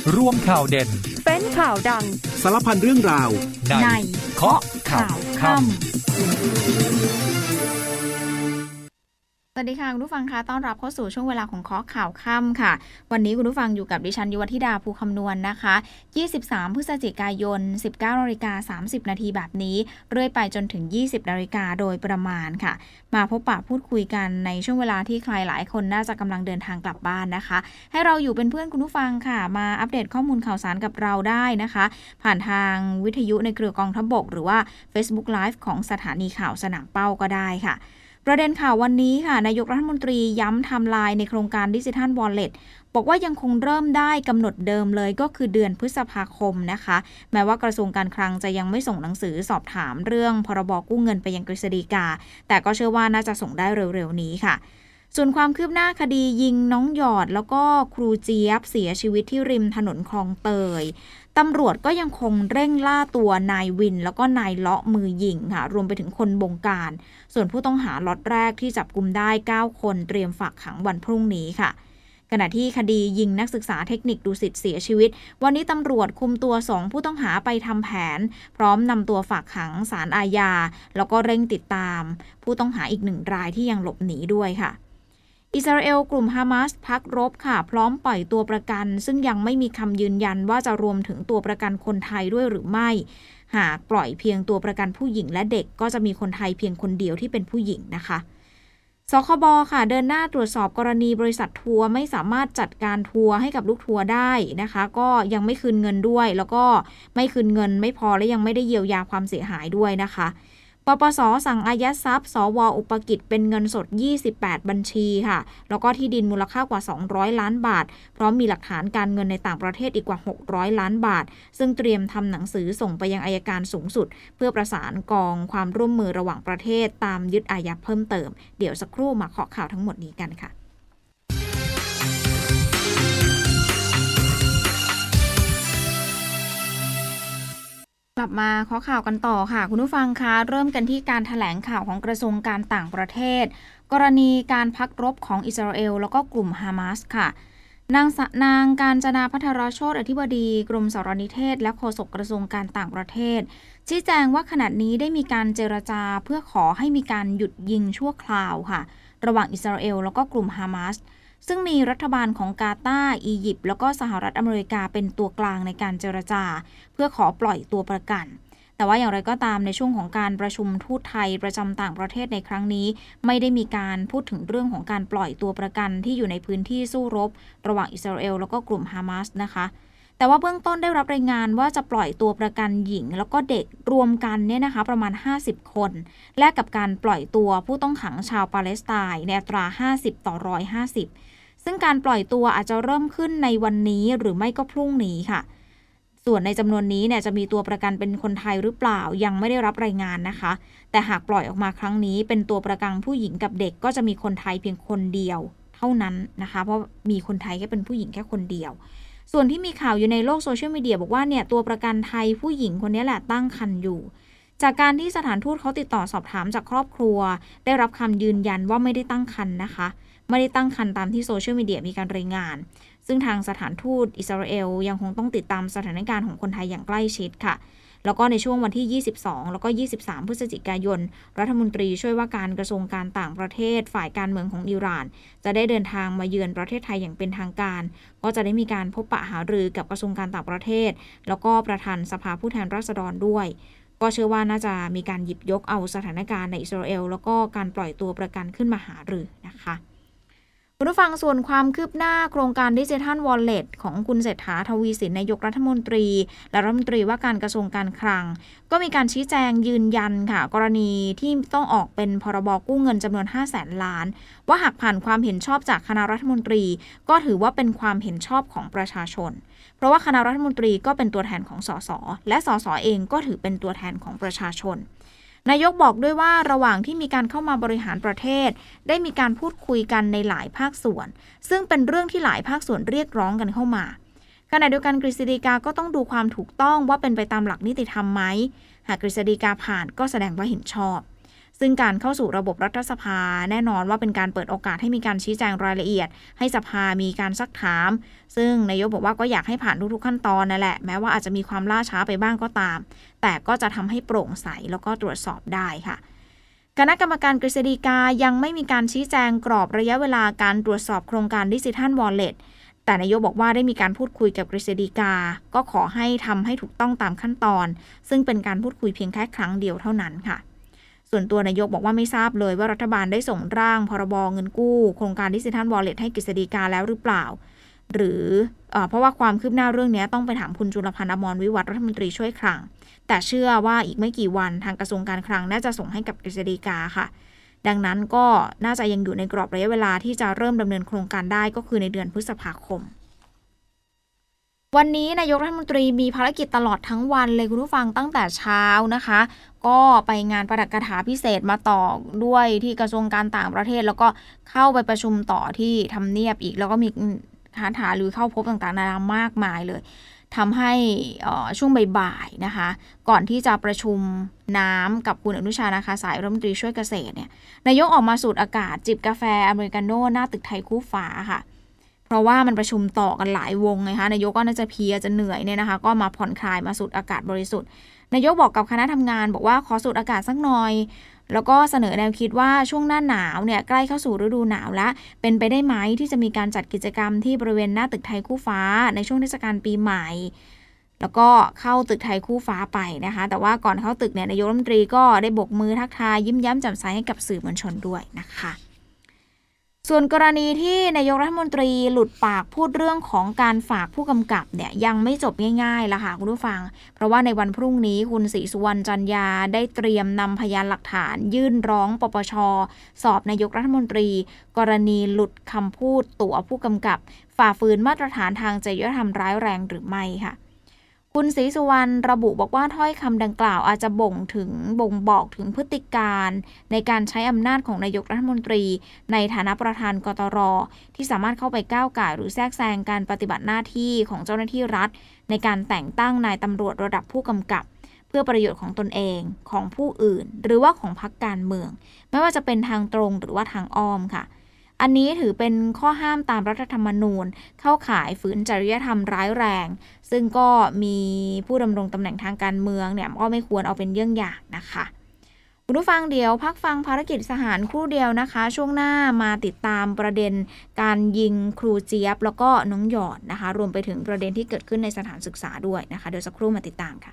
รวมข่าวเด่นเป็นข่าวดังสารพันเรื่องราวในเคาะข่าวค่ำสวัสดีค่ะคุณผู้ฟังคะต้อนรับเข้าสู่ช่วงเวลาของเคาะข่าวค่ำค่ะวันนี้คุณผู้ฟังอยู่กับดิฉันยุวธิดาภูคำนวณนะคะ23พฤศจิกายน 19:30 น.แบบนี้เรื่อยไปจนถึง 20 นาฬิกาโดยประมาณค่ะมาพบปะพูดคุยกันในช่วงเวลาที่ใครหลายคนน่าจะกำลังเดินทางกลับบ้านนะคะให้เราอยู่เป็นเพื่อนคุณผู้ฟังค่ะมาอัปเดตข้อมูลข่าวสารกับเราได้นะคะผ่านทางวิทยุในเครือกองทัพบกหรือว่า Facebook Live ของสถานีข่าวสนามเป้าก็ได้ค่ะประเด็นข่าววันนี้ค่ะนายกรัฐมนตรีย้ำไทม์ไลน์ในโครงการดิจิทัลวอลเล็ตบอกว่ายังคงเริ่มได้กำหนดเดิมเลยก็คือเดือนพฤษภาคมนะคะแม้ว่ากระทรวงการคลังจะยังไม่ส่งหนังสือสอบถามเรื่องพรบกู้เงินไปยังกฤษฎีกาแต่ก็เชื่อว่าน่าจะส่งได้เร็วๆนี้ค่ะส่วนความคืบหน้าคดียิงน้องหยอดแล้วก็ครูเจี๊ยบเสียชีวิตที่ริมถนนคลองเตยตำรวจก็ยังคงเร่งล่าตัวนายวินแล้วก็นายเลาะมือยิงค่ะรวมไปถึงคนบงการส่วนผู้ต้องหาล็อตแรกที่จับกุมได้9คนเตรียมฝากขังวันพรุ่งนี้ค่ะขณะที่คดียิงนักศึกษาเทคนิคดุสิตเสียชีวิตวันนี้ตำรวจคุมตัว2ผู้ต้องหาไปทำแผนพร้อมนำตัวฝากขังศาลอาญาแล้วก็เร่งติดตามผู้ต้องหาอีก1รายที่ยังหลบหนีด้วยค่ะอิสราเอลกลุ่มฮามาสพักรบค่ะพร้อมปล่อยตัวประกันซึ่งยังไม่มีคำยืนยันว่าจะรวมถึงตัวประกันคนไทยด้วยหรือไม่หากปล่อยเพียงตัวประกันผู้หญิงและเด็กก็จะมีคนไทยเพียงคนเดียวที่เป็นผู้หญิงนะคะสคบค่ะเดินหน้าตรวจสอบกรณีบริษัททัวร์ไม่สามารถจัดการทัวร์ให้กับลูกทัวร์ได้นะคะก็ยังไม่คืนเงินด้วยแล้วก็ไม่คืนเงินไม่พอและยังไม่ได้เยียวยาความเสียหายด้วยนะคะปปส.สั่งอายัดทรัพย์สว.อุปกิจเป็นเงินสด28บัญชีค่ะแล้วก็ที่ดินมูลค่ากว่า200ล้านบาทพร้อมมีหลักฐานการเงินในต่างประเทศอีกกว่า600ล้านบาทซึ่งเตรียมทำหนังสือส่งไปยังอัยการสูงสุดเพื่อประสานกองความร่วมมือระหว่างประเทศตามยึดอายัดเพิ่มเติมเดี๋ยวสักครู่มาเคาะข่าวทั้งหมดนี้กันค่ะกลับมาข้อข่าวกันต่อค่ะคุณผู้ฟังคะเริ่มกันที่การแถลงข่าวของกระทรวงการต่างประเทศกรณีการพักรบของอิสราเอลแล้วก็กลุ่มฮามาสค่ะนางกาญจนาภัทรโชติอธิบดีกรมสารนิเทศและโฆษกกระทรวงการต่างประเทศชี้แจงว่าขณะนี้ได้มีการเจรจาเพื่อขอให้มีการหยุดยิงชั่วคราวค่ะระหว่างอิสราเอลแล้วก็กลุ่มฮามาสซึ่งมีรัฐบาลของกาตาร์อียิปต์แล้วก็สหรัฐอเมริกาเป็นตัวกลางในการเจรจาเพื่อขอปล่อยตัวประกันแต่ว่าอย่างไรก็ตามในช่วงของการประชุมทูตไทยประจำต่างประเทศในครั้งนี้ไม่ได้มีการพูดถึงเรื่องของการปล่อยตัวประกันที่อยู่ในพื้นที่สู้รบระหว่างอิสราเอลแล้วก็กลุ่มฮามาสนะคะแต่ว่าเบื้องต้นได้รับรายงานว่าจะปล่อยตัวประกันหญิงแล้วก็เด็กรวมกันเนี่ยนะคะประมาณ50คนแลกกับการปล่อยตัวผู้ต้องขังชาวปาเลสไตน์ในอัตรา50-150ซึ่งการปล่อยตัวอาจจะเริ่มขึ้นในวันนี้หรือไม่ก็พรุ่งนี้ค่ะส่วนในจำนวนนี้เนี่ยจะมีตัวประกันเป็นคนไทยหรือเปล่ายังไม่ได้รับรายงานนะคะแต่หากปล่อยออกมาครั้งนี้เป็นตัวประกันผู้หญิงกับเด็กก็จะมีคนไทยเพียงคนเดียวเท่านั้นนะคะเพราะมีคนไทยแค่เป็นผู้หญิงแค่คนเดียวส่วนที่มีข่าวอยู่ในโลกโซเชียลมีเดียบอกว่าเนี่ยตัวประกันไทยผู้หญิงคนนี้แหละตั้งครรภ์อยู่จากการที่สถานทูตเขาติดต่อสอบถามจากครอบครัวได้รับคำยืนยันว่าไม่ได้ตั้งครรภ์นะคะไม่ได้ตั้งครรภ์ตามที่โซเชียลมีเดียมีการรายงานซึ่งทางสถานทูตอิสราเอลยังคงต้องติดตามสถานการณ์ของคนไทยอย่างใกล้ชิดค่ะแล้วก็ในช่วงวันที่22แล้วก็23พฤศจิกายนรัฐมนตรีช่วยว่าการกระทรวงการต่างประเทศฝ่ายการเมืองของอิหร่านจะได้เดินทางมาเยือนประเทศไทยอย่างเป็นทางการก็จะได้มีการพบปะหารือกับกระทรวงการต่างประเทศแล้วก็ประธานสภาผู้แทนราษฎรด้วยก็เชื่อว่าน่าจะมีการหยิบยกเอาสถานการณ์ในอิสราเอลแล้วก็การปล่อยตัวประกันขึ้นมาหารือนะคะคุณผู้ฟังส่วนความคืบหน้าโครงการดิจิทัลวอลเล็ตของคุณเศรษฐาทวีสินนายกรัฐมนตรีและรัฐมนตรีว่าการกระทรวงการคลังก็มีการชี้แจงยืนยันค่ะกรณีที่ต้องออกเป็นพรบกู้เงินจำนวน500,000 ล้านว่าหากผ่านความเห็นชอบจากคณะรัฐมนตรีก็ถือว่าเป็นความเห็นชอบของประชาชนเพราะว่าคณะรัฐมนตรีก็เป็นตัวแทนของสสและสสเองก็ถือเป็นตัวแทนของประชาชนนายกบอกด้วยว่าระหว่างที่มีการเข้ามาบริหารประเทศได้มีการพูดคุยกันในหลายภาคส่วนซึ่งเป็นเรื่องที่หลายภาคส่วนเรียกร้องกันเข้ามาขณะเดียวกันกฤษฎีกาก็ต้องดูความถูกต้องว่าเป็นไปตามหลักนิติธรรมไหมหากกฤษฎีกาผ่านก็แสดงว่าเห็นชอบซึ่งการเข้าสู่ระบบรัฐสภาแน่นอนว่าเป็นการเปิดโอกาสให้มีการชี้แจงรายละเอียดให้สภามีการซักถามซึ่งนายกบอกว่าก็อยากให้ผ่านทุกๆขั้นตอนนั่นแหละแม้ว่าอาจจะมีความล่าช้าไปบ้างก็ตามแต่ก็จะทำให้โปร่งใสแล้วก็ตรวจสอบได้ค่ะคณะกรรมการกฤษฎีกายังไม่มีการชี้แจงกรอบระยะเวลาการตรวจสอบโครงการดิจิทัลวอลเล็ตแต่นายกบอกว่าได้มีการพูดคุยกับกฤษฎีกาก็ขอให้ทำให้ถูกต้องตามขั้นตอนซึ่งเป็นการพูดคุยเพียงแค่ครั้งเดียวเท่านั้นค่ะส่วนตัวนายกบอกว่าไม่ทราบเลยว่ารัฐบาลได้ส่งร่างพรบเงินกู้โครงการดิจิทัลวอลเล็ตให้กฤษฎีกาแล้วหรือเปล่าหรือเพราะว่าความคืบหน้าเรื่องนี้ต้องไปถามคุณจุลพันธ์อมรวิวัฒน์รัฐมนตรีช่วยคลังแต่เชื่อว่าอีกไม่กี่วันทางกระทรวงการคลังน่าจะส่งให้กับกฤษฎีกาค่ะดังนั้นก็น่าจะยังอยู่ในกรอบระยะเวลาที่จะเริ่มดำเนินโครงการได้ก็คือในเดือนพฤษภาคมวันนี้นายกรัฐมนตรีมีภารกิจตลอดทั้งวันเลยคุณผู้ฟังตั้งแต่เช้านะคะก็ไปงานประดับกถาพิเศษมาต่อด้วยที่กระทรวงการต่างประเทศแล้วก็เข้าไปประชุมต่อที่ทำเนียบอีกแล้วก็มีหาหรือเข้าพบต่างๆนานามากมายเลยทำให้ช่วงบ่ายๆนะคะก่อนที่จะประชุมน้ำกับคุณอนุชานาคาสายรัฐมนตรีช่วยเกษตรเนี่ยนายกออกมาสูดอากาศจิบกาแฟอเมริกาโน่หน้าตึกไทยคู่ฟ้าค่ะเพราะว่ามันประชุมต่อกันหลายวงไงคะนายกก็น่าจะเพลียจะเหนื่อยเนี่ยนะคะก็มาผ่อนคลายมาสูดอากาศบริสุทธิ์นายกบอกกับคณะทำงานบอกว่าขอสูดอากาศสักหน่อยแล้วก็เสนอแนวคิดว่าช่วงหน้าหนาวเนี่ยใกล้เข้าสู่ฤดูหนาวแล้วเป็นไปได้ไหมที่จะมีการจัดกิจกรรมที่บริเวณหน้าตึกไทยคู่ฟ้าในช่วงเทศกาลปีใหม่แล้วก็เข้าตึกไทยคู่ฟ้าไปนะคะแต่ว่าก่อนเข้าตึกเนี่ยนายกรัฐมนตรีก็ได้โบกมือทักทายยิ้มแย้มแจ่มใสให้กับสื่อมวลชนด้วยนะคะส่วนกรณีที่นายกรัฐมนตรีหลุดปากพูดเรื่องของการฝากผู้กำกับเนี่ยยังไม่จบง่ายๆละค่ะคุณผู้ฟังเพราะว่าในวันพรุ่งนี้คุณศรีสุวรรณจันยาได้เตรียมนำพยานหลักฐานยื่นร้องปปช.สอบนายกรัฐมนตรีกรณีหลุดคำพูดตัวผู้กำกับฝ่าฝืนมาตรฐานทางจริยธรรมร้ายแรงหรือไม่ค่ะคุณศรีสุวรรณระบุบอกว่าถ้อยคำดังกล่าวอาจจะบ่งบอกถึงพฤติการในการใช้อำนาจของนายกรัฐมนตรีในฐานะประธานกตร.ที่สามารถเข้าไปก้าวก่ายหรือแทรกแซงการปฏิบัติหน้าที่ของเจ้าหน้าที่รัฐในการแต่งตั้งนายตำรวจระดับผู้กำกับเพื่อประโยชน์ของตนเองของผู้อื่นหรือว่าของพรรคการเมืองไม่ว่าจะเป็นทางตรงหรือว่าทางอ้อมค่ะอันนี้ถือเป็นข้อห้ามตามรัฐธรรมนูญเข้าข่ายฝืนจริยธรรมร้ายแรงซึ่งก็มีผู้ดำรงตำแหน่งทางการเมืองเนี่ยก็ไม่ควรเอาเป็นเยี่ยงอย่างนะคะคุณผู้ฟังเดี๋ยวพักฟังภารกิจทหารครู่เดียวนะคะช่วงหน้ามาติดตามประเด็นการยิงครูเจี๊ยบแล้วก็น้องหยอดนะคะรวมไปถึงประเด็นที่เกิดขึ้นในสถานศึกษาด้วยนะคะเดี๋ยวสักครู่มาติดตามค่ะ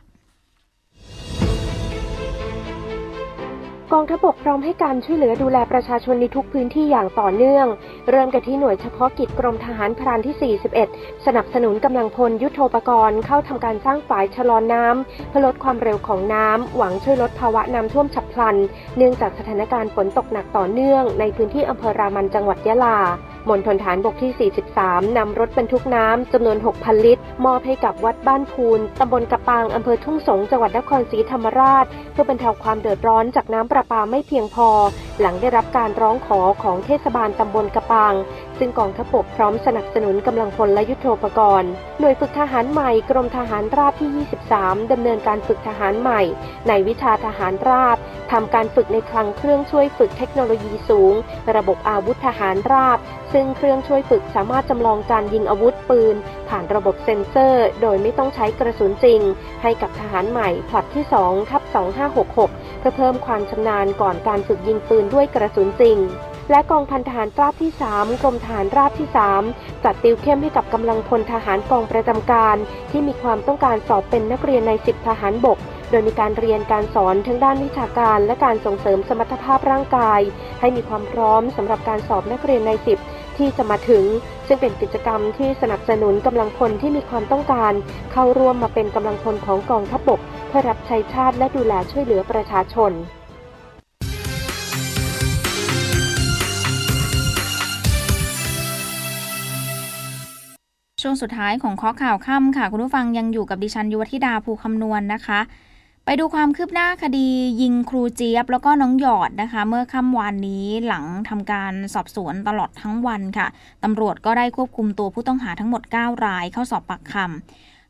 กองทัพบกพร้อมให้การช่วยเหลือดูแลประชาชนในทุกพื้นที่อย่างต่อเนื่องเริ่มกันที่หน่วยเฉพาะกิจกรมทหารพรานที่41สนับสนุนกำลังพลยุทโธปกรณ์เข้าทำการสร้างฝายชะลอน้ำเพื่อลดความเร็วของน้ำหวังช่วยลดภาวะน้ำท่วมฉับพลันเนื่องจากสถานการณ์ฝนตกหนักต่อเนื่องในพื้นที่อำเภอรามันจังหวัดยะลามณฑลฐานบกที่43นำรถบรรทุกน้ำจำนวน 6,000 ลิตรมอบให้กับวัดบ้านพูนตำบลกะปางอำเภอทุ่งสงจังหวัดนครศรีธรรมราชเพื่อบรรเทาความเดือดร้อนจากน้ำประปาไม่เพียงพอหลังได้รับการร้องขอของเทศบาลตำบลกะปางซึ่งกองทัพบกพร้อมสนับสนุนกำลังพลและยุทโธปกรณ์หน่วยฝึกทหารใหม่กรมทหารราบที่23ดำเนินการฝึกทหารใหม่ในวิชาทหารราบทำการฝึกในคลังเครื่องช่วยฝึกเทคโนโลยีสูงระบบอาวุธทหารราบซึ่งเครื่องช่วยฝึกสามารถจำลองการยิงอาวุธปืนผ่านระบบเซ็นเซอร์โดยไม่ต้องใช้กระสุนจริงให้กับทหารใหม่ผลัดที่ 2/2566 เพื่อเพิ่มความชำนาญก่อนการฝึกยิงปืนด้วยกระสุนจริงและกองพันทหารราบที่3กรมทหารราบที่3จัดติวเข้มให้กับกำลังพลทหารกองประจำการที่มีความต้องการสอบเป็นนักเรียนใน10ทหารบกโดยมีการเรียนการสอนทั้งด้านวิชาการและการส่งเสริมสมรรถภาพร่างกายให้มีความพร้อมสำหรับการสอบนักเรียนใน10ที่จะมาถึงซึ่งเป็นกิจกรรมที่สนับสนุนกำลังพลที่มีความต้องการเข้าร่วมมาเป็นกำลังพลของกองทัพบกเพื่อรับใช้ชาติและดูแลช่วยเหลือประชาชนช่วงสุดท้ายของข้อข่าวค่ำค่ะคุณผู้ฟังยังอยู่กับดิฉันยุวธิดาภูคำนวณ นะคะไปดูความคืบหน้าคดียิงครูเจี๊ยบแล้วก็น้องหยอดนะคะเมื่อค่ำวานนี้หลังทำการสอบสวนตลอดทั้งวันค่ะตำรวจก็ได้ควบคุมตัวผู้ต้องหาทั้งหมด9รายเข้าสอบปากคำ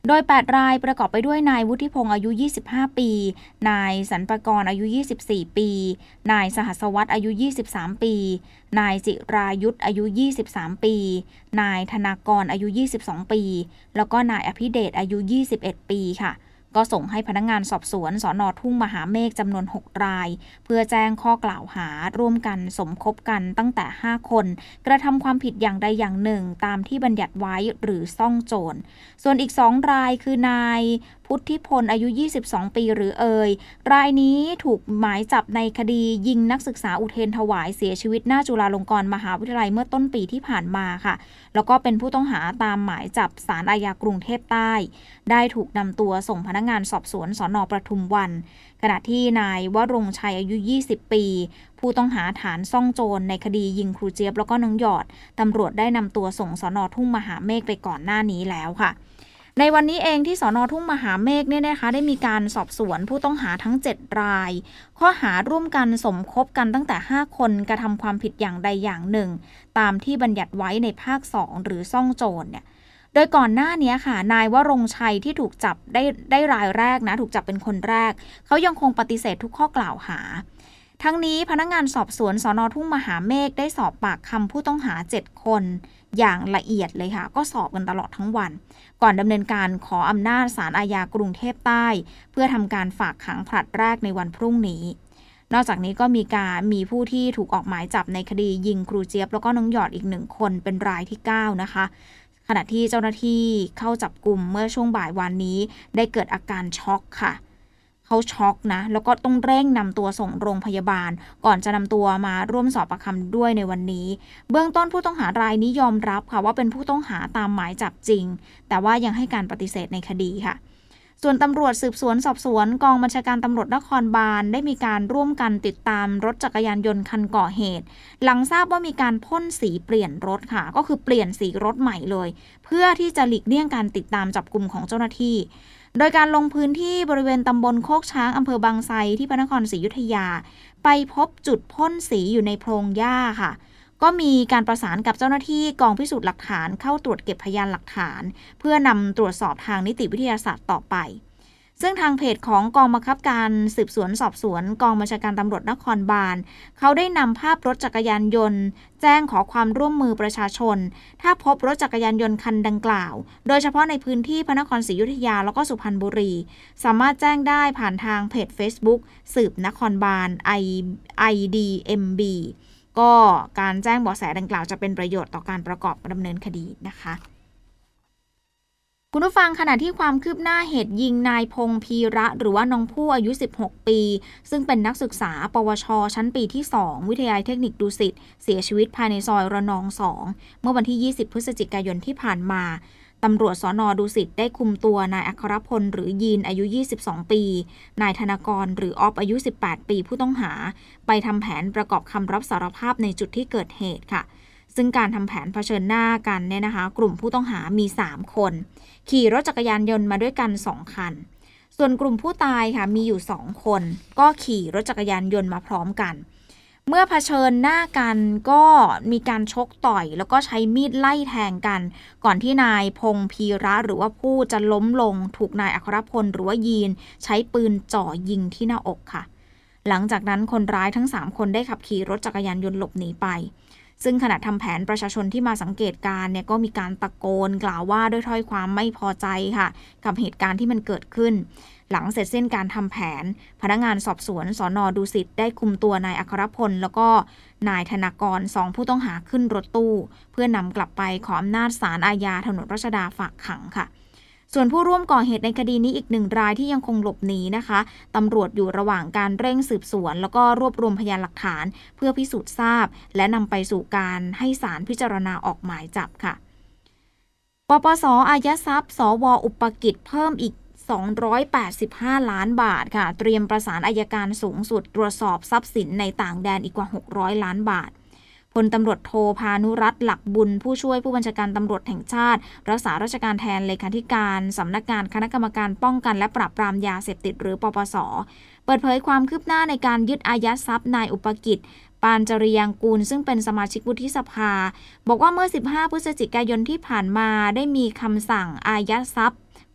โดย8รายประกอบไปด้วยนายวุฒิพงษ์อายุ25ปีนายสรรปกรณ์อายุ24ปีนายสหัสวัฒน์อายุ23ปีนายจิรายุทธอายุ23ปีนายธนากรอายุ22ปีแล้วก็นายอภิเดชอายุ21ปีค่ะก็ส่งให้พนักงานสอบสวนสน.ทุ่งมหาเมฆจำนวน6รายเพื่อแจ้งข้อกล่าวหาร่วมกันสมคบกันตั้งแต่5คนกระทำความผิดอย่างใดอย่างหนึ่งตามที่บัญญัติไว้หรือซ่องโจรส่วนอีก2รายคือนายพุทธิพลอายุ22ปีหรือเอยรายนี้ถูกหมายจับในคดียิงนักศึกษาอุเทรนถวายเสียชีวิตหน้าจุฬาลงกรณ์มหาวิทยาลัยเมื่อต้นปีที่ผ่านมาค่ะแล้วก็เป็นผู้ต้องหาตามหมายจับศาลอาญากรุงเทพใต้ได้ถูกนำตัวส่งพนักงานสอบสวนสน.ปทุมวันขณะที่นายวรงค์ชัยอายุ20ปีผู้ต้องหาฐานซ่องโจรในคดียิงครูเจี๊ยบแล้วก็น้องหยอดตำรวจได้นำตัวส่งสน.ทุ่งมหาเมฆไปก่อนหน้านี้แล้วค่ะในวันนี้เองที่สน.ทุ่งมหาเมฆเนี่ยนะคะได้มีการสอบสวนผู้ต้องหาทั้ง7รายข้อหาร่วมกันสมคบกันตั้งแต่5คนกระทำความผิดอย่างใดอย่างหนึ่งตามที่บัญญัติไว้ในภาค2หรือซ่องโจรเนี่ยโดยก่อนหน้านี้ค่ะนายวรงค์ชัยที่ถูกจับได้รายแรกนะถูกจับเป็นคนแรกเขายังคงปฏิเสธทุกข้อกล่าวหาทั้งนี้พนักงานสอบสวนสน.ทุ่งมหาเมฆได้สอบปากคำผู้ต้องหา7คนอย่างละเอียดเลยค่ะก็สอบกันตลอดทั้งวันก่อนดำเนินการขออำนาจศาลอาญากรุงเทพใต้เพื่อทำการฝากขังผลัดแรกในวันพรุ่งนี้นอกจากนี้ก็มีผู้ที่ถูกออกหมายจับในคดียิงครูเจี๊ยบแล้วก็น้องหยอดอีก1คนเป็นรายที่9นะคะขณะที่เจ้าหน้าที่เข้าจับกุมเมื่อช่วงบ่ายวันนี้ได้เกิดอาการช็อกค่ะเขาช็อกนะแล้วก็ต้องเร่งนำตัวส่งโรงพยาบาลก่อนจะนำตัวมาร่วมสอบปากคำด้วยในวันนี้เบื้องต้นผู้ต้องหารายนี้ยอมรับค่ะว่าเป็นผู้ต้องหาตามหมายจับจริงแต่ว่ายังให้การปฏิเสธในคดีค่ะส่วนตำรวจสืบสวนสอบสวนกองบัญชาการตำรวจนครบาลได้มีการร่วมกันติดตามรถจักรยานยนต์คันก่อเหตุหลังทราบว่ามีการพ่นสีเปลี่ยนรถค่ะก็คือเปลี่ยนสีรถใหม่เลยเพื่อที่จะหลีกเลี่ยงการติดตามจับกุมของเจ้าหน้าที่โดยการลงพื้นที่บริเวณตำบลโคกช้างอำเภอบางไทรที่พระนครศรีอยุธยาไปพบจุดพ่นสีอยู่ในโพรงหญ้าค่ะก็มีการประสานกับเจ้าหน้าที่กองพิสูจน์หลักฐานเข้าตรวจเก็บพยานหลักฐานเพื่อนำตรวจสอบทางนิติวิทยาศาสตร์ต่อไปซึ่งทางเพจของกองบังคับการสืบสวนสอบสวนกองบัญชาการตำรวจนครบาลเขาได้นำภาพรถจักรยานยนต์แจ้งขอความร่วมมือประชาชนถ้าพบรถจักรยานยนต์คันดังกล่าวโดยเฉพาะในพื้นที่พระนครศรีอยุธยาแล้วก็สุพรรณบุรีสามารถแจ้งได้ผ่านทางเพจ Facebook สืบนครบาล IDMB ก็การแจ้งเบาะแสดังกล่าวจะเป็นประโยชน์ต่อการประกอบดำเนินคดีนะคะคุณผู้ฟังขณะที่ความคืบหน้าเหตุยิงนายพงษ์พีระหรือว่าน้องผู้อายุ16ปีซึ่งเป็นนักศึกษาปวชชั้นปีที่2วิทยาลัยเทคนิคดุสิตเสียชีวิตภายในซอยระนอง2เมื่อวันที่20พฤศจิกายนที่ผ่านมาตำรวจสน.ดุสิตได้คุมตัวนายอัครพลหรือยีนอายุ22ปีนายธนากรหรือออฟอายุ18ปีผู้ต้องหาไปทำแผนประกอบคำรับสารภาพในจุดที่เกิดเหตุค่ะซึ่งการทำแผนเผชิญหน้ากันเนี่ยนะคะกลุ่มผู้ต้องหามี3คนขี่รถจักรยานยนต์มาด้วยกัน2คันส่วนกลุ่มผู้ตายค่ะมีอยู่2คนก็ขี่รถจักรยานยนต์มาพร้อมกันเมื่อเผชิญหน้ากันก็มีการชกต่อยแล้วก็ใช้มีดไล่แทงกันก่อนที่นายพงษ์พีระหรือว่าผู้จะล้มลงถูกนายอัครพลหรือว่ายีนใช้ปืนจ่อยิงที่หน้าอกค่ะหลังจากนั้นคนร้ายทั้ง3คนได้ขับขี่รถจักรยานยนต์หลบหนีไปซึ่งขณะทำแผนประชาชนที่มาสังเกตการณ์เนี่ยก็มีการตะโกนกล่าวว่าด้วยถ้อยความไม่พอใจค่ะกับเหตุการณ์ที่มันเกิดขึ้นหลังเสร็จสิ้นการทำแผนพนักงานสอบสวนสน.ดุสิตได้คุมตัวนายอัครพลแล้วก็นายธนากร2ผู้ต้องหาขึ้นรถตู้เพื่อนำกลับไปขออำนาจศาลอาญาถนนรัชดาฝากขังค่ะส่วนผู้ร่วมก่อเหตุในคดีนี้อีก1รายที่ยังคงหลบหนีนะคะตำรวจอยู่ระหว่างการเร่งสืบสวนแล้วก็รวบรวมพยานหลักฐานเพื่อพิสูจน์ทราบและนำไปสู่การให้ศาลพิจารณาออกหมายจับค่ะปปส.อายัดทรัพย์สว.อุปกิจเพิ่มอีก285ล้านบาทค่ะเตรียมประสานอัยการสูงสุดตรวจสอบทรัพย์สินในต่างแดนอีกกว่า600ล้านบาทพลตำรวจโทพานุรัตน์หลักบุญผู้ช่วยผู้บัญชาการตำรวจแห่งชาติรักษาราชการแทนเลขาธิการสำนักงานคณะกรรมการป้องกันและปราบปรามยาเสพติดหรือปปส.เปิดเผยความคืบหน้าในการยึดอายัดทรัพย์นายอุปกิจปานจริยางกูลซึ่งเป็นสมาชิกวุฒิสภาบอกว่าเมื่อ15พฤศจิกายนที่ผ่านมาได้มีคำสั่งอายัดทรัพย์ข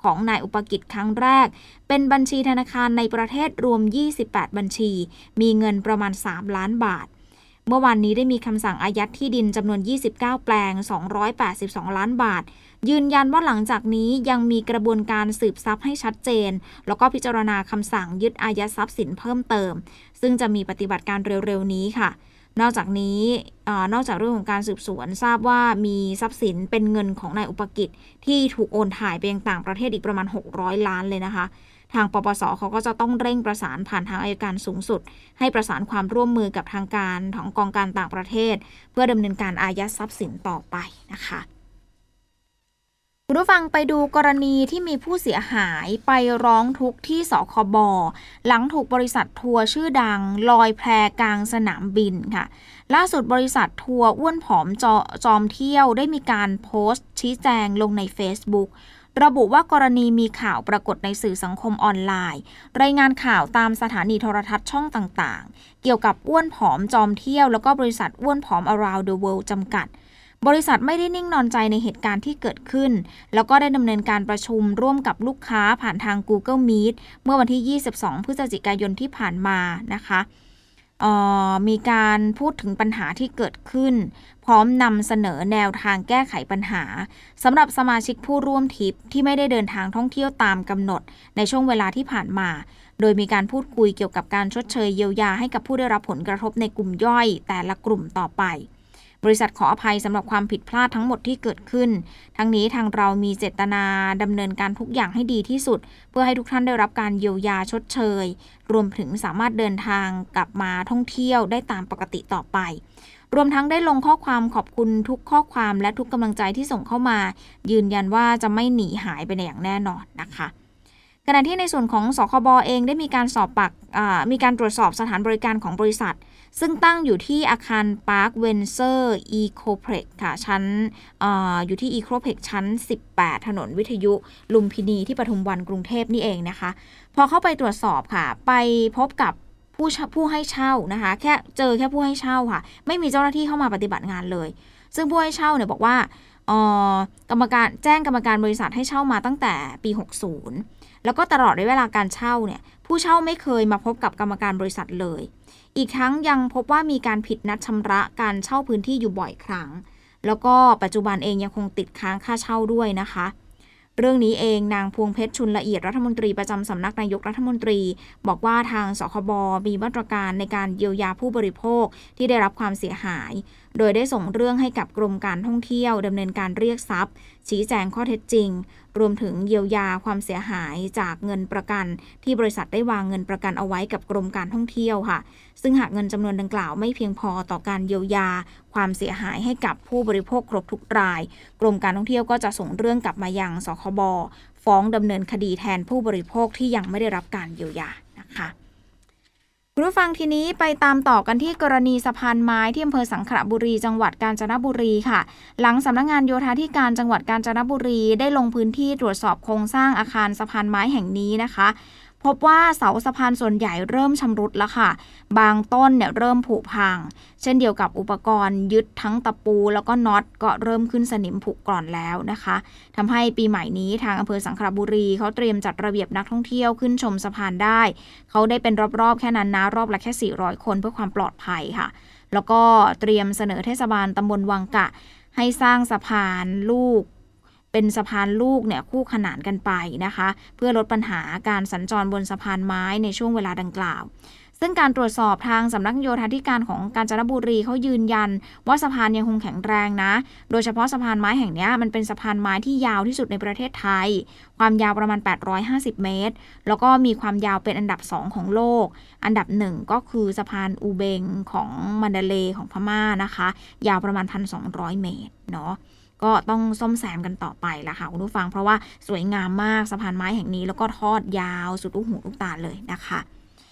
ของนายอุปกิจครั้งแรกเป็นบัญชีธนาคารในประเทศรวม28บัญชีมีเงินประมาณ3ล้านบาทเมื่อวานนี้ได้มีคำสั่งอายัดที่ดินจำนวน29แปลง282ล้านบาทยืนยันว่าหลังจากนี้ยังมีกระบวนการสืบทรัพย์ให้ชัดเจนแล้วก็พิจารณาคำสั่งยึดอายัดทรัพย์สินเพิ่มเติมซึ่งจะมีปฏิบัติการเร็วๆนี้ค่ะนอกจากนี้นอกจากเรื่องของการสืบสวนทราบว่ามีทรัพย์สินเป็นเงินของนายอุปกิจที่ถูกโอนถ่ายไปยังต่างประเทศอีกประมาณ600ล้านเลยนะคะทางปปส.เขาก็จะต้องเร่งประสานผ่านทางอัยการสูงสุดให้ประสานความร่วมมือกับทางการของกองการต่างประเทศเพื่อดำเนินการอายัดทรัพย์สินต่อไปนะคะคุณผู้ฟังไปดูกรณีที่มีผู้เสียหายไปร้องทุกข์ที่สคบ.หลังถูกบริษัททัวร์ชื่อดังลอยแพกลางสนามบินค่ะล่าสุดบริษัททัวร์อ้วนผอมจอมเที่ยวได้มีการโพสต์ชี้แจงลงใน Facebookระบุว่ากรณีมีข่าวปรากฏในสื่อสังคมออนไลน์รายงานข่าวตามสถานีโทรทัศน์ช่องต่างๆเกี่ยวกับอ้วนผอมจอมเที่ยวแล้วก็บริษัทอ้วนผอม Around the World จำกัดบริษัทไม่ได้นิ่งนอนใจในเหตุการณ์ที่เกิดขึ้นแล้วก็ได้ดำเนินการประชุมร่วมกับลูกค้าผ่านทาง Google Meet เมื่อวันที่22พฤศจิกายนที่ผ่านมานะคะมีการพูดถึงปัญหาที่เกิดขึ้นพร้อมนำเสนอแนวทางแก้ไขปัญหาสำหรับสมาชิกผู้ร่วมทริปที่ไม่ได้เดินทางท่องเที่ยวตามกำหนดในช่วงเวลาที่ผ่านมาโดยมีการพูดคุยเกี่ยวกับการชดเชยเยียวยาให้กับผู้ได้รับผลกระทบในกลุ่มย่อยแต่ละกลุ่มต่อไปบริษัทขออภัยสำหรับความผิดพลาดทั้งหมดที่เกิดขึ้นทั้งนี้ทางเรามีเจตนาดำเนินการทุกอย่างให้ดีที่สุดเพื่อให้ทุกท่านได้รับการเยียวยาชดเชยรวมถึงสามารถเดินทางกลับมาท่องเที่ยวได้ตามปกติต่อไปรวมทั้งได้ลงข้อความขอบคุณทุกข้อความและทุกกำลังใจที่ส่งเข้ามายืนยันว่าจะไม่หนีหายไปอย่างแน่นอนนะคะขณะที่ในส่วนของสคบ.เองได้มีการมีการตรวจสอบสถานบริการของบริษัทซึ่งตั้งอยู่ที่อาคารพาร์คเวนเซอร์อีโคเพล็กค่ะชั้นอยู่ที่อีโคเพล็กชั้น18ถนนวิทยุลุมพินีที่ปทุมวันกรุงเทพนี่เองนะคะพอเข้าไปตรวจสอบค่ะไปพบกับผู้ให้เช่านะคะแค่ผู้ให้เช่าค่ะไม่มีเจ้าหน้าที่เข้ามาปฏิบัติงานเลยซึ่งผู้ให้เช่าเนี่ยบอกว่ากรรมการบริษัทให้เช่ามาตั้งแต่ปี60แล้วก็ตลอดระยะเวลาการเช่าเนี่ยผู้เช่าไม่เคยมาพบกับกรรมการบริษัทเลยอีกทั้งยังพบว่ามีการผิดนัดชำระการเช่าพื้นที่อยู่บ่อยครั้งแล้วก็ปัจจุบันเองยังคงติดค้างค่าเช่าด้วยนะคะเรื่องนี้เองนางพวงเพชรชุนละเอียดรัฐมนตรีประจำสำนักนายกรัฐมนตรีบอกว่าทางสคบ.มีมาตรการในการเยียวยาผู้บริโภคที่ได้รับความเสียหายโดยได้ส่งเรื่องให้กับกรมการท่องเที่ยวดำเนินการเรียกทรัพย์ชี้แจงข้อเท็จจริงรวมถึงเยียวยาความเสียหายจากเงินประกันที่บริษัทได้วางเงินประกันเอาไว้กับกรมการท่องเที่ยวค่ะซึ่งหากเงินจำนวนดังกล่าวไม่เพียงพอต่อการเยียวยาความเสียหายให้กับผู้บริโภคครบทุกรายกรมการท่องเที่ยวก็จะส่งเรื่องกลับมายังสคบ.ฟ้องดำเนินคดีแทนผู้บริโภคที่ยังไม่ได้รับการเยียวยานะคะคุณผู้ฟังทีนี้ไปตามต่อกันที่กรณีสะพานไม้ที่อำเภอสังขละบุรีจังหวัดกาญจนบุรีค่ะหลังสำนักงานโยธาธิการจังหวัดกาญจนบุรีได้ลงพื้นที่ตรวจสอบโครงสร้างอาคารสะพานไม้แห่งนี้นะคะพบว่าเสาสะพานส่วนใหญ่เริ่มชำรุดแล้วค่ะบางต้นเนี่ยเริ่มผุพังเช่นเดียวกับอุปกรณ์ยึดทั้งตะปูแล้วก็น็อตก็เริ่มขึ้นสนิมผุกร่อนแล้วนะคะทำให้ปีใหม่นี้ทางอำเภอสังขละบุรีเขาเตรียมจัดระเบียบนักท่องเที่ยวขึ้นชมสะพานได้เขาได้เป็นรอบๆแค่นั้นนะรอบละแค่400คนเพื่อความปลอดภัยค่ะแล้วก็เตรียมเสนอเทศบาลตำบลวังกะให้สร้างสะพานลูกเป็นสะพานลูกเนี่ยคู่ขนานกันไปนะคะเพื่อลดปัญหาการสัญจรบนสะพานไม้ในช่วงเวลาดังกล่าวซึ่งการตรวจสอบทางสำนักโยธาธิการของกาญจนบุรีเขายืนยันว่าสะพานยังคงแข็งแรงนะโดยเฉพาะสะพานไม้แห่งนี้มันเป็นสะพานไม้ที่ยาวที่สุดในประเทศไทยความยาวประมาณ850เมตรแล้วก็มีความยาวเป็นอันดับ2ของโลกอันดับ1ก็คือสะพานอูเบงของมันดาเลย์ของพม่านะคะยาวประมาณ 1,200 เมตรเนาะก็ต้องซ่อมแซมกันต่อไปละค่ะคุณผู้ฟังเพราะว่าสวยงามมากสะพานไม้แห่งนี้แล้วก็ทอดยาวสุดลูกหูลูกตาเลยนะคะ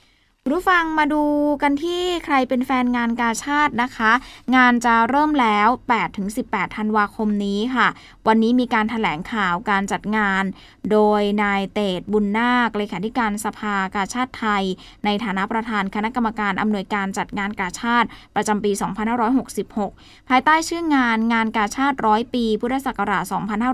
ผู้ฟังมาดูกันที่ใครเป็นแฟนงานกาชาดนะคะงานจะเริ่มแล้ว 8-18 ธันวาคมนี้ค่ะวันนี้มีการแถลงข่าวการจัดงานโดยนายเตชบุญนาคเลขาธิการสภากาชาดไทยในฐานะประธานคณะกรรมการอำนวยการจัดงานกาชาดประจำปี 2566 ภายใต้ชื่องานกาชาด100 ปีพุทธศักราช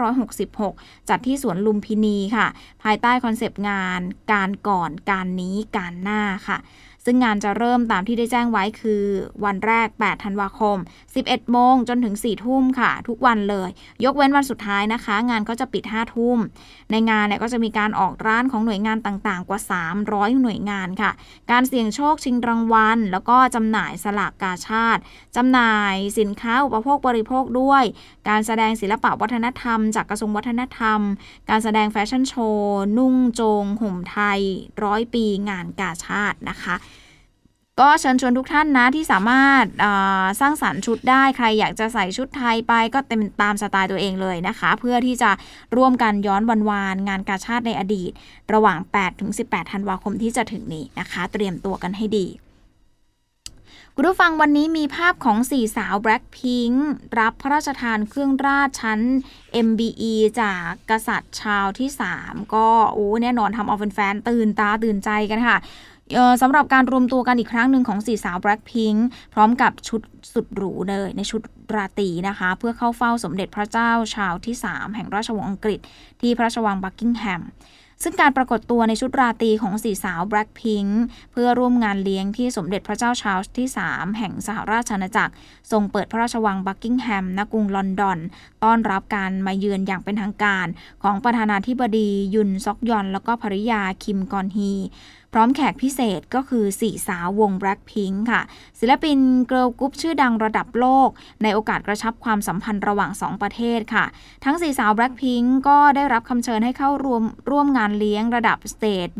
2566 จัดที่สวนลุมพินีค่ะภายใต้คอนเซปต์งานการก่อนการนี้การหน้าค่ะซึ่งงานจะเริ่มตามที่ได้แจ้งไว้คือวันแรก 8 ธันวาคม 11 โมงจนถึง 4 ทุ่มค่ะทุกวันเลยยกเว้นวันสุดท้ายนะคะงานก็จะปิด 5 ทุ่มในงานเนี่ยก็จะมีการออกร้านของหน่วยงานต่างๆกว่า 300 หน่วยงานค่ะการเสี่ยงโชคชิงรางวัลแล้วก็จำหน่ายสลากกาชาดจำหน่ายสินค้าอุปโภคบริโภคด้วยการแสดงศิลปะวัฒนธรรมจากกระทรวงวัฒนธรรมการแสดงแฟชั่นโชว์นุ่งโจงห่มไทย100 ปีงานกาชาดนะคะก็เชิญชวนทุกท่านนะที่สามารถสร้างสรรค์ชุดได้ใครอยากจะใส่ชุดไทยไปก็เต็มตามสไตล์ตัวเองเลยนะคะเพื่อที่จะร่วมกันย้อนวานงานกาชาดในอดีตระหว่าง 8-18 ธันวาคมที่จะถึงนี้นะคะเตรียมตัวกันให้ดีคุณผู้ฟังวันนี้มีภาพของ4สาว Blackpink รับพระราชทานเครื่องราชชั้น MBE จากกษัตริย์ชาวที่3ก็แน่นอนทำเอาแฟนๆตื่นตาตื่นใจกันค่ะสำหรับการรวมตัวกันอีกครั้งหนึ่งของ4สาว Blackpink พร้อมกับชุดสุดหรูเลยในชุดราตรีนะคะเพื่อเข้าเฝ้าสมเด็จพระเจ้าชาวที่3แห่งราชวงศ์อังกฤษที่พระราชวังบักกิงแฮมซึ่งการปรากฏตัวในชุดราตรีของ4สาว Blackpink เพื่อร่วมงานเลี้ยงที่สมเด็จพระเจ้าชาร์ลส์ที่3แห่งสหราชอาณาจักรทรงเปิดพระราชวังบักกิงแฮมณกรุงลอนดอนต้อนรับการมาเยือนอย่างเป็นทางการของประธานาธิบดียุนซอกยอนแล้วก็ภริยาคิมกอนฮีพร้อมแขกพิเศษก็คือ4สาววง Blackpink ค่ะศิลปินเกิร์ลกรุ๊ปชื่อดังระดับโลกในโอกาสกระชับความสัมพันธ์ระหว่าง2ประเทศค่ะทั้ง4สาว Blackpink ก็ได้รับคำเชิญให้เข้าร่วมงานเลี้ยงระดับ State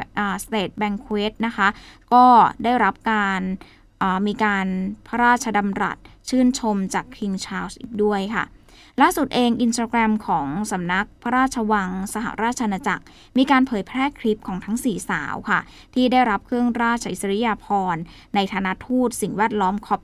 Banquet นะคะก็ได้รับการมีการพระราชดำรัสชื่นชมจาก King Charles อีกด้วยค่ะล่าสุดเอง Instagram ของสำนักพระราชวังสหราชอาณาจักรมีการเผยแพร่คลิปของทั้ง4สาวค่ะที่ได้รับเครื่องราชอิสริยาภรณ์ในฐานะทูตสิ่งแวดล้อมคอป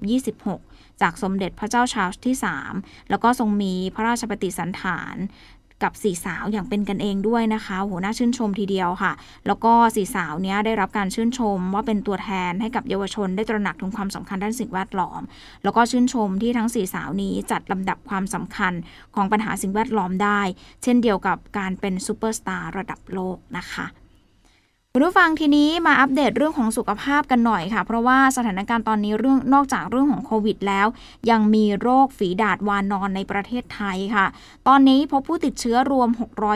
26จากสมเด็จพระเจ้าชาร์ลส์ที่3แล้วก็ทรงมีพระราชปฏิสันถานกับ4สาวอย่างเป็นกันเองด้วยนะคะโหน่าชื่นชมทีเดียวค่ะแล้วก็4สาวเนี้ยได้รับการชื่นชมว่าเป็นตัวแทนให้กับเยาวชนได้ตระหนักถึงความสำคัญด้านสิ่งแวดล้อมแล้วก็ชื่นชมที่ทั้ง4สาวนี้จัดลำดับความสำคัญของปัญหาสิ่งแวดล้อมได้เช่นเดียวกับการเป็นซูเปอร์สตาร์ระดับโลกนะคะคุณผู้ฟังทีนี้มาอัปเดตเรื่องของสุขภาพกันหน่อยค่ะเพราะว่าสถานการณ์ตอนนี้นอกจากเรื่องของโควิดแล้วยังมีโรคฝีดาษวานอนในประเทศไทยค่ะตอนนี้พบผู้ติดเชื้อรวม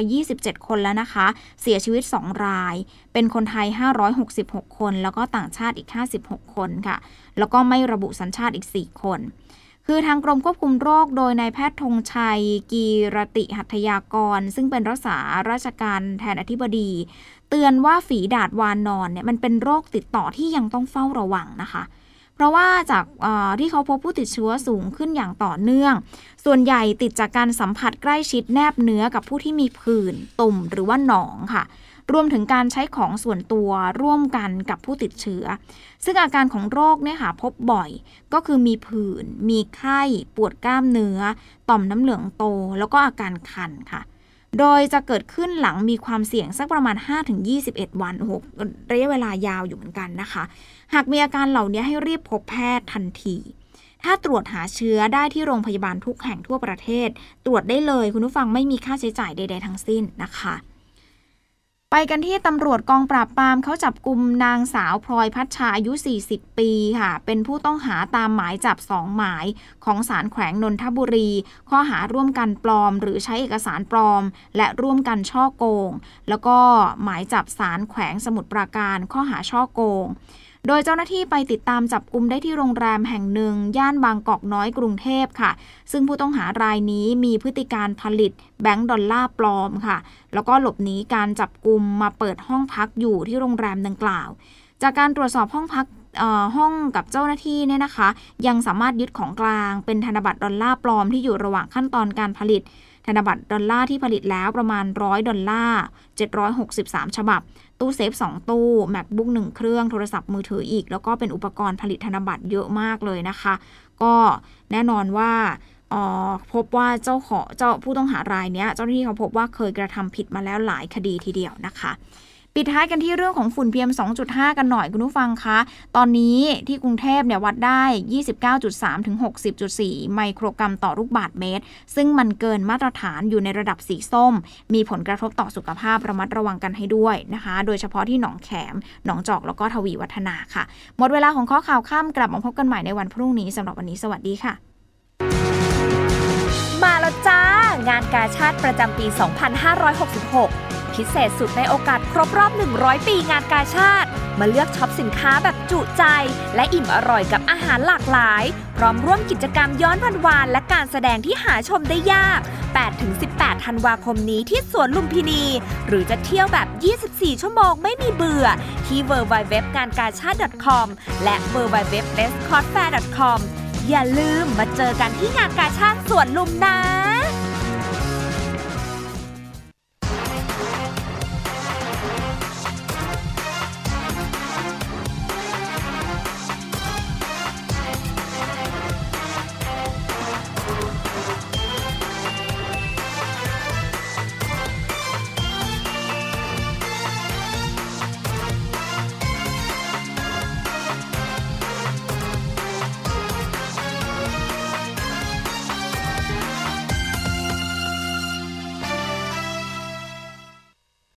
627คนแล้วนะคะเสียชีวิต2รายเป็นคนไทย566คนแล้วก็ต่างชาติอีก56คนค่ะแล้วก็ไม่ระบุสัญชาติอีก4คนคือทางกรมควบคุมโรคโดยนายแพทย์ธงชัยกีรติหัตถยากรซึ่งเป็นรักษาราชการแทนอธิบดีเตือนว่าฝีดาษวานอนเนี่ยมันเป็นโรคติดต่อที่ยังต้องเฝ้าระวังนะคะเพราะว่าจากที่เขาพบผู้ติดเชื้อสูงขึ้นอย่างต่อเนื่องส่วนใหญ่ติดจากการสัมผัสใกล้ชิดแนบเนื้อกับผู้ที่มีผื่นตุ่มหรือว่าหนองค่ะรวมถึงการใช้ของส่วนตัวร่วมกันกับผู้ติดเชื้อซึ่งอาการของโรคเนี่ยค่ะพบบ่อยก็คือมีผื่นมีไข้ปวดกล้ามเนื้อต่อมน้ำเหลืองโตแล้วก็อาการคันค่ะโดยจะเกิดขึ้นหลังมีความเสี่ยงสักประมาณ 5-21 วันโอ้โหระยะเวลายาวอยู่เหมือนกันนะคะหากมีอาการเหล่านี้ให้รีบพบแพทย์ทันทีถ้าตรวจหาเชื้อได้ที่โรงพยาบาลทุกแห่งทั่วประเทศตรวจได้เลยคุณผู้ฟังไม่มีค่าใช้จ่ายใดๆทั้งสิ้นนะคะไปกันที่ตำรวจกองปราบปรามเขาจับกุมนางสาวพลอยพัชชาอายุ40ปีค่ะเป็นผู้ต้องหาตามหมายจับ2หมายของศาลแขวงนนทบุรีข้อหาร่วมกันปลอมหรือใช้เอกสารปลอมและร่วมกันฉ้อโกงแล้วก็หมายจับศาลแขวงสมุทรปราการข้อหาฉ้อโกงโดยเจ้าหน้าที่ไปติดตามจับกุมได้ที่โรงแรมแห่งหนึ่งย่านบางกอกน้อยกรุงเทพค่ะซึ่งผู้ต้องหารายนี้มีพฤติการผลิตแบงก์ดอลลาร์ปลอมค่ะแล้วก็หลบหนีการจับกุมมาเปิดห้องพักอยู่ที่โรงแรมดังกล่าวจากการตรวจสอบห้องพักห้องกับเจ้าหน้าที่เนี่ยนะคะยังสามารถยึดของกลางเป็นธนบัตรดอลลาร์ปลอมที่อยู่ระหว่างขั้นตอนการผลิตธนบัตรดอลลาร์ที่ผลิตแล้วประมาณ$100 763ฉบับตู้เซฟ2ตู้ MacBook 1เครื่องโทรศัพท์มือถืออีกแล้วก็เป็นอุปกรณ์ผลิตธนบัตรเยอะมากเลยนะคะก็แน่นอนว่าพบว่าเจ้าผู้ต้องหารายเนี้ยเจ้าหน้าที่เขาพบว่าเคยกระทำผิดมาแล้วหลายคดีทีเดียวนะคะปิดท้ายกันที่เรื่องของฝุ่น PM 2.5 กันหน่อยคุณผู้ฟังคะตอนนี้ที่กรุงเทพเนี่ยวัดได้ 29.3 ถึง 60.4 ไมโครกรัมต่อลูกบาศก์เมตรซึ่งมันเกินมาตรฐานอยู่ในระดับสีส้มมีผลกระทบต่อสุขภาพระมัดระวังกันให้ด้วยนะคะโดยเฉพาะที่หนองแขมหนองจอกแล้วก็ทวีวัฒนาค่ะหมดเวลาของข้อข่าวค่ำกลับมาพบกันใหม่ในวันพรุ่งนี้สำหรับวันนี้สวัสดีค่ะมาแล้วจ้างานกาชาดประจำปี 2566 พิเศษสุดในโอกาสครบรอบ100 ปีงานกาชาดมาเลือกช็อปสินค้าแบบจุใจและอิ่มอร่อยกับอาหารหลากหลายพร้อมร่วมกิจกรรมย้อนวานๆและการแสดงที่หาชมได้ยาก 8-18 ธันวาคมนี้ที่สวนลุมพินีหรือจะเที่ยวแบบ 24 ชั่วโมงไม่มีเบื่อที่ www.gankachad.com และ www.bestcostfair.com อย่าลืมมาเจอกันที่งานกาชาดสวนลุมนา